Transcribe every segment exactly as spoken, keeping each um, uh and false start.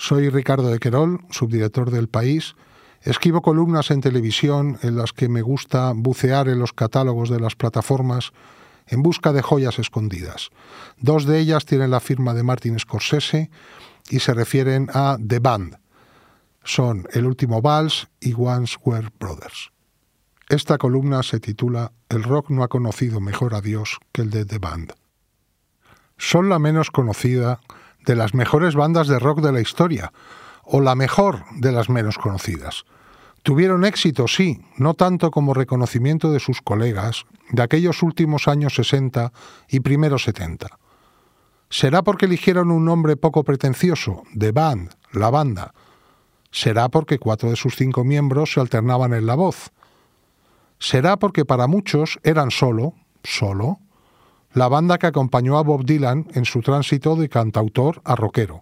Soy Ricardo de Querol, subdirector del País. Escribo columnas en televisión en las que me gusta bucear en los catálogos de las plataformas en busca de joyas escondidas. Dos de ellas tienen la firma de Martin Scorsese y se refieren a The Band. Son El último vals y Once Were Brothers. Esta columna se titula El rock no ha conocido mejor a Dios que el de The Band. Son la menos conocida de las mejores bandas de rock de la historia, o la mejor de las menos conocidas. Tuvieron éxito, sí, no tanto como reconocimiento de sus colegas de aquellos últimos años sesenta y primeros setenta. ¿Será porque eligieron un nombre poco pretencioso, The Band, la banda? ¿Será porque cuatro de sus cinco miembros se alternaban en la voz? ¿Será porque para muchos eran solo, solo, la banda que acompañó a Bob Dylan en su tránsito de cantautor a rockero?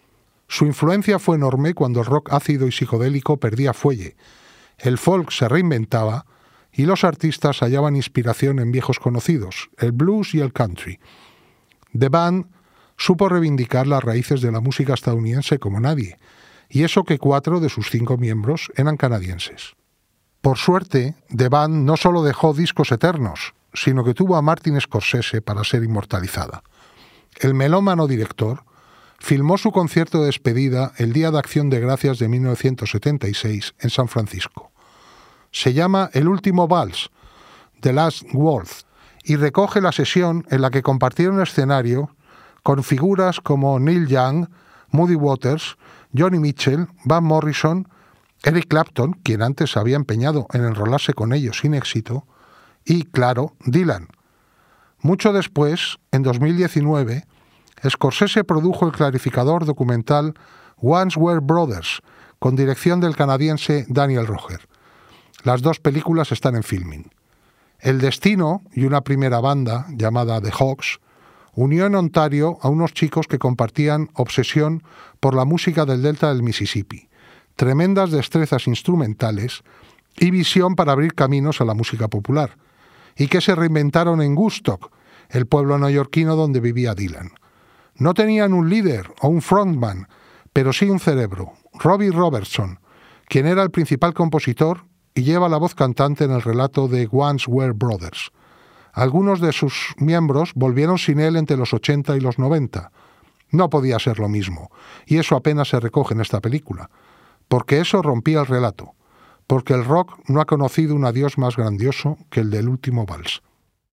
Su influencia fue enorme cuando el rock ácido y psicodélico perdía fuelle, el folk se reinventaba y los artistas hallaban inspiración en viejos conocidos, el blues y el country. The Band supo reivindicar las raíces de la música estadounidense como nadie, y eso que cuatro de sus cinco miembros eran canadienses. Por suerte, The Band no solo dejó discos eternos, sino que tuvo a Martin Scorsese para ser inmortalizada. El melómano director filmó su concierto de despedida el Día de Acción de Gracias de mil novecientos setenta y seis en San Francisco. Se llama El último vals, The Last Waltz, y recoge la sesión en la que compartieron escenario con figuras como Neil Young, Muddy Waters, Joni Mitchell, Van Morrison, Eric Clapton, quien antes había empeñado en enrolarse con ellos sin éxito, y, claro, Dylan. Mucho después, en dos mil diecinueve, Scorsese produjo el clarificador documental Once Were Brothers, con dirección del canadiense Daniel Roger. Las dos películas están en Filmin. El destino y una primera banda, llamada The Hawks, unió en Ontario a unos chicos que compartían obsesión por la música del delta del Mississippi, tremendas destrezas instrumentales y visión para abrir caminos a la música popular, y que se reinventaron en Woodstock, el pueblo neoyorquino donde vivía Dylan. No tenían un líder o un frontman, pero sí un cerebro, Robbie Robertson, quien era el principal compositor y lleva la voz cantante en el relato de Once Were Brothers. Algunos de sus miembros volvieron sin él entre los ochenta y los noventa. No podía ser lo mismo, y eso apenas se recoge en esta película, porque eso rompía el relato, porque el rock no ha conocido un adiós más grandioso que el del último vals.